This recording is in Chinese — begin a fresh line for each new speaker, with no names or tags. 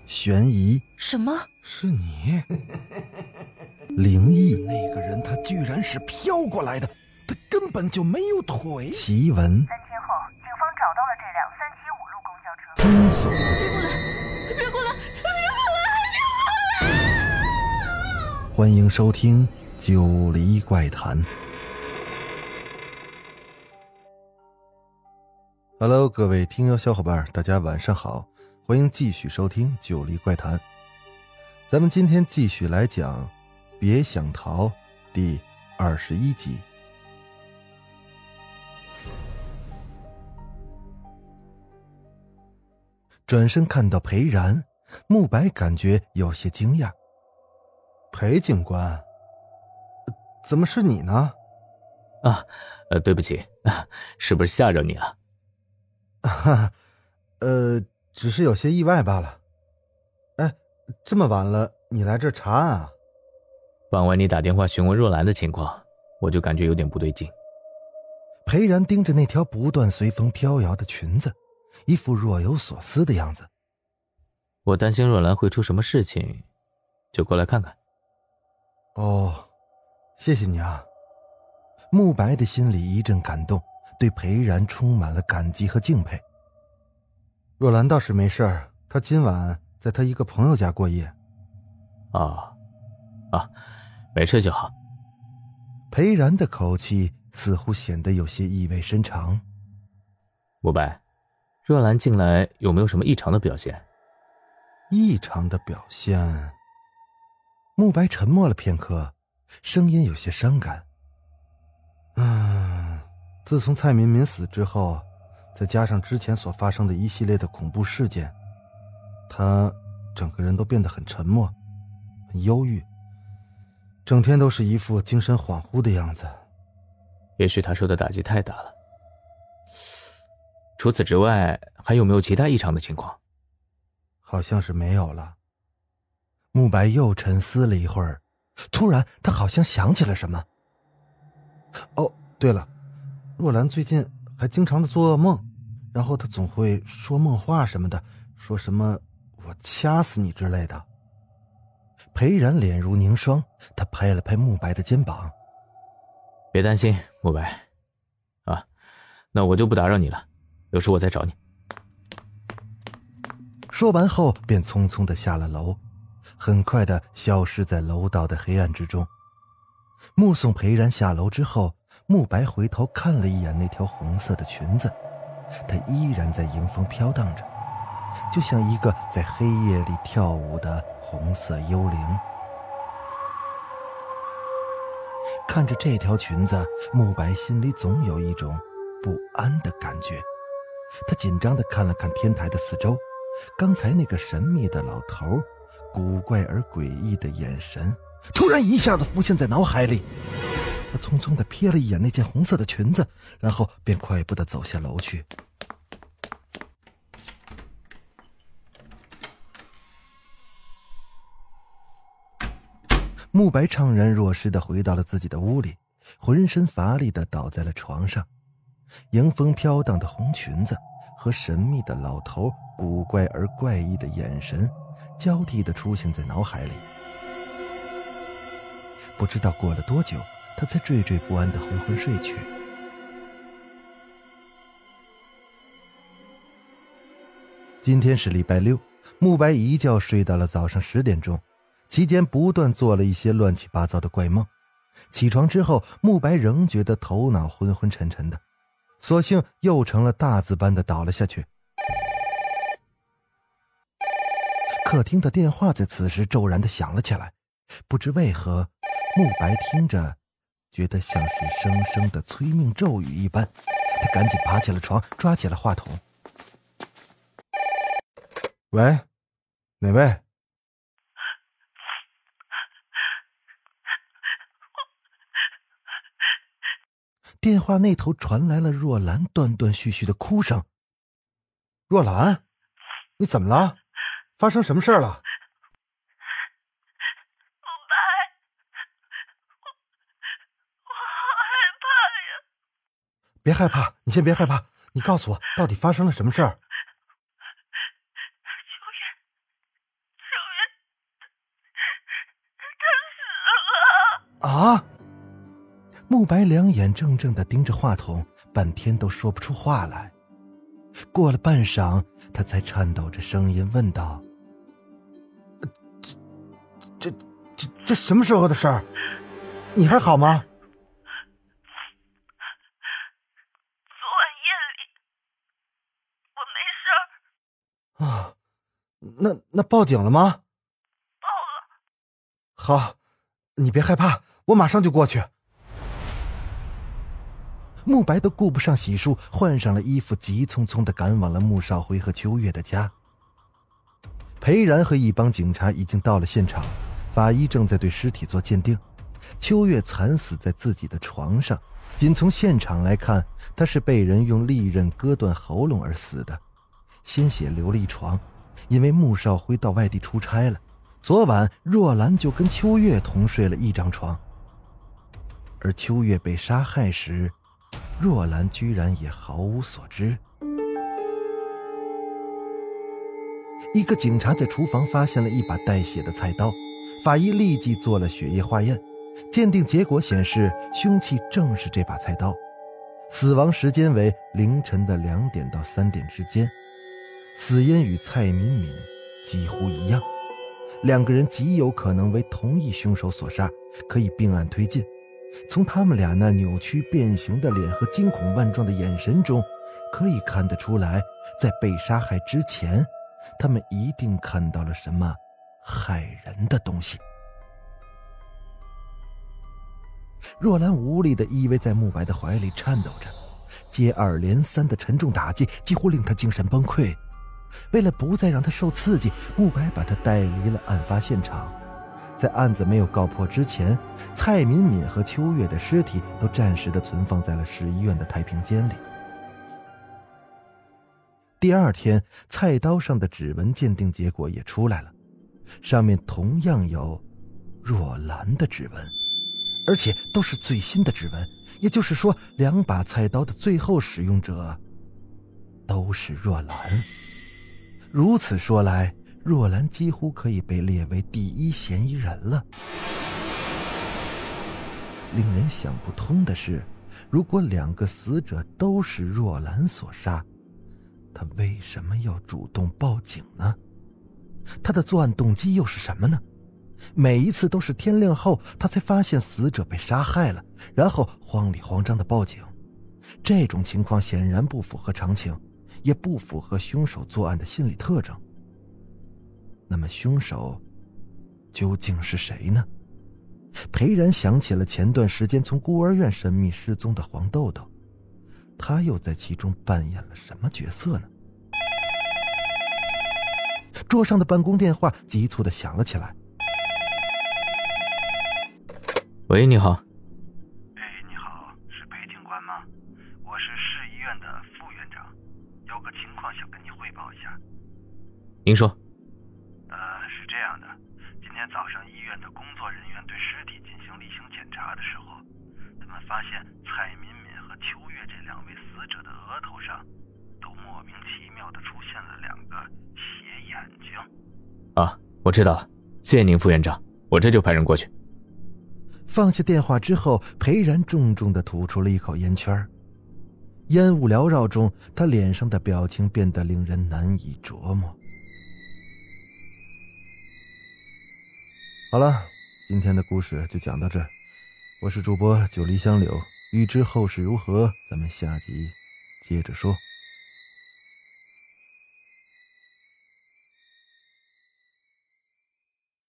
悬疑，
什么？
是你？
灵异，
那个人他居然是飘过来的，他根本就没有腿。
奇闻，3
天后，警方找到了这辆375路公交车。
惊悚，
别过来！别过来！
欢迎收听《九黎怪谈》。Hello， 各位听友小伙伴，大家晚上好，欢迎继续收听《九黎怪谈》。咱们今天继续来讲《别想逃》第21集。转身看到裴然，慕白感觉有些惊讶。裴警官，怎么是你呢？
对不起，是不是吓着你了？
只是有些意外罢了。哎，这么晚了，你来这儿查案啊？
傍晚你打电话询问若兰的情况，我就感觉有点不对劲。
裴然盯着那条不断随风飘摇的裙子，一副若有所思的样子。
我担心若兰会出什么事情，就过来看看。
哦，谢谢你啊。慕白的心里一阵感动，对裴然充满了感激和敬佩。若兰倒是没事儿，她今晚在她一个朋友家过夜。
没事就好。
裴然的口气似乎显得有些意味深长。
慕白，若兰近来有没有什么异常的表现？
异常的表现？慕白沉默了片刻，声音有些伤感。自从蔡明明死之后，再加上之前所发生的一系列的恐怖事件，他整个人都变得很沉默，很忧郁，整天都是一副精神恍惚的样子。
也许他受的打击太大了。除此之外，还有没有其他异常的情况？
好像是没有了。慕白又沉思了一会儿，突然他好像想起了什么。哦，对了，若兰最近还经常的做噩梦，然后她总会说梦话什么的，说什么我掐死你之类的。裴然脸如凝霜，他拍了拍慕白的肩膀。
别担心，慕白。那我就不打扰你了，有事我再找你。
说完后便匆匆地下了楼，很快地消失在楼道的黑暗之中。目送裴然下楼之后，慕白回头看了一眼那条红色的裙子，它依然在迎风飘荡着，就像一个在黑夜里跳舞的红色幽灵。看着这条裙子，慕白心里总有一种不安的感觉。他紧张地看了看天台的四周，刚才那个神秘的老头，古怪而诡异的眼神突然一下子浮现在脑海里。他匆匆地瞥了一眼那件红色的裙子，然后便快步地走下楼去。慕白怅然若失地回到了自己的屋里，浑身乏力地倒在了床上。迎风飘荡的红裙子和神秘的老头古怪而怪异的眼神交替地出现在脑海里。不知道过了多久，他才惴惴不安地昏昏睡去。今天是礼拜六，慕白一觉睡到了早上10点钟，期间不断做了一些乱七八糟的怪梦。起床之后，慕白仍觉得头脑昏昏沉沉的，索性又成了大字般的倒了下去。客厅的电话在此时骤然地响了起来，不知为何，慕白听着觉得像是声声的催命咒语一般，他赶紧爬起了床，抓起了话筒。喂，哪位？电话那头传来了若兰断断续续的哭声。若兰，你怎么了？发生什么事了？
慕白，我好害怕呀！
别害怕，你先别害怕，你告诉我到底发生了什么事儿？ 啊！慕白两眼怔怔地盯着话筒，半天都说不出话来。过了半晌，他才颤抖着声音问道：这什么时候的事儿？你还好吗？
昨晚夜里我没事儿。
啊，那报警了吗？
报了。
好，你别害怕，我马上就过去。慕白都顾不上洗漱，换上了衣服，急匆匆地赶往了穆少辉和秋月的家。裴然和一帮警察已经到了现场，法医正在对尸体做鉴定。秋月惨死在自己的床上，仅从现场来看，她是被人用利刃割断喉咙而死的，鲜血流了一床。因为穆少辉到外地出差了，昨晚若兰就跟秋月同睡了一张床。而秋月被杀害时，若兰居然也毫无所知。一个警察在厨房发现了一把带血的菜刀，法医立即做了血液化验，鉴定结果显示凶器正是这把菜刀，死亡时间为凌晨的2点到3点之间，死因与蔡敏敏几乎一样，两个人极有可能为同一凶手所杀，可以并案推进。从他们俩那扭曲变形的脸和惊恐万状的眼神中，可以看得出来，在被杀害之前，他们一定看到了什么害人的东西。若兰无力地依偎在慕白的怀里颤抖着，接二连三的沉重打击几乎令他精神崩溃。为了不再让他受刺激，慕白把他带离了案发现场。在案子没有告破之前，蔡敏敏和秋月的尸体都暂时地存放在了市医院的太平间里。第二天，菜刀上的指纹鉴定结果也出来了，上面同样有若兰的指纹，而且都是最新的指纹，也就是说2把菜刀的最后使用者都是若兰。如此说来，若兰几乎可以被列为第一嫌疑人了。令人想不通的是，如果2个死者都是若兰所杀，他为什么要主动报警呢？他的作案动机又是什么呢？每一次都是天亮后他才发现死者被杀害了，然后慌里慌张地报警。这种情况显然不符合常情，也不符合凶手作案的心理特征。那么凶手究竟是谁呢？裴然想起了前段时间从孤儿院神秘失踪的黄豆豆，他又在其中扮演了什么角色呢？桌上的办公电话急促地响了起来。
喂，你好。
你好，是裴警官吗？我是市医院的副院长，有个情况想跟你汇报一下。
您说。
是这样的，今天早上医院的工作人员对尸体进行例行检查的时候，他们发现蔡敏敏和秋月这2位死者的额头上都莫名其妙地出现了2个血眼睛。
啊，我知道了，谢谢您副院长，我这就派人过去。
放下电话之后，裴然重重地吐出了一口烟圈，烟雾缭绕中，他脸上的表情变得令人难以琢磨。好了，今天的故事就讲到这儿。我是主播九黎香柳，欲知后事如何，咱们下集接着说。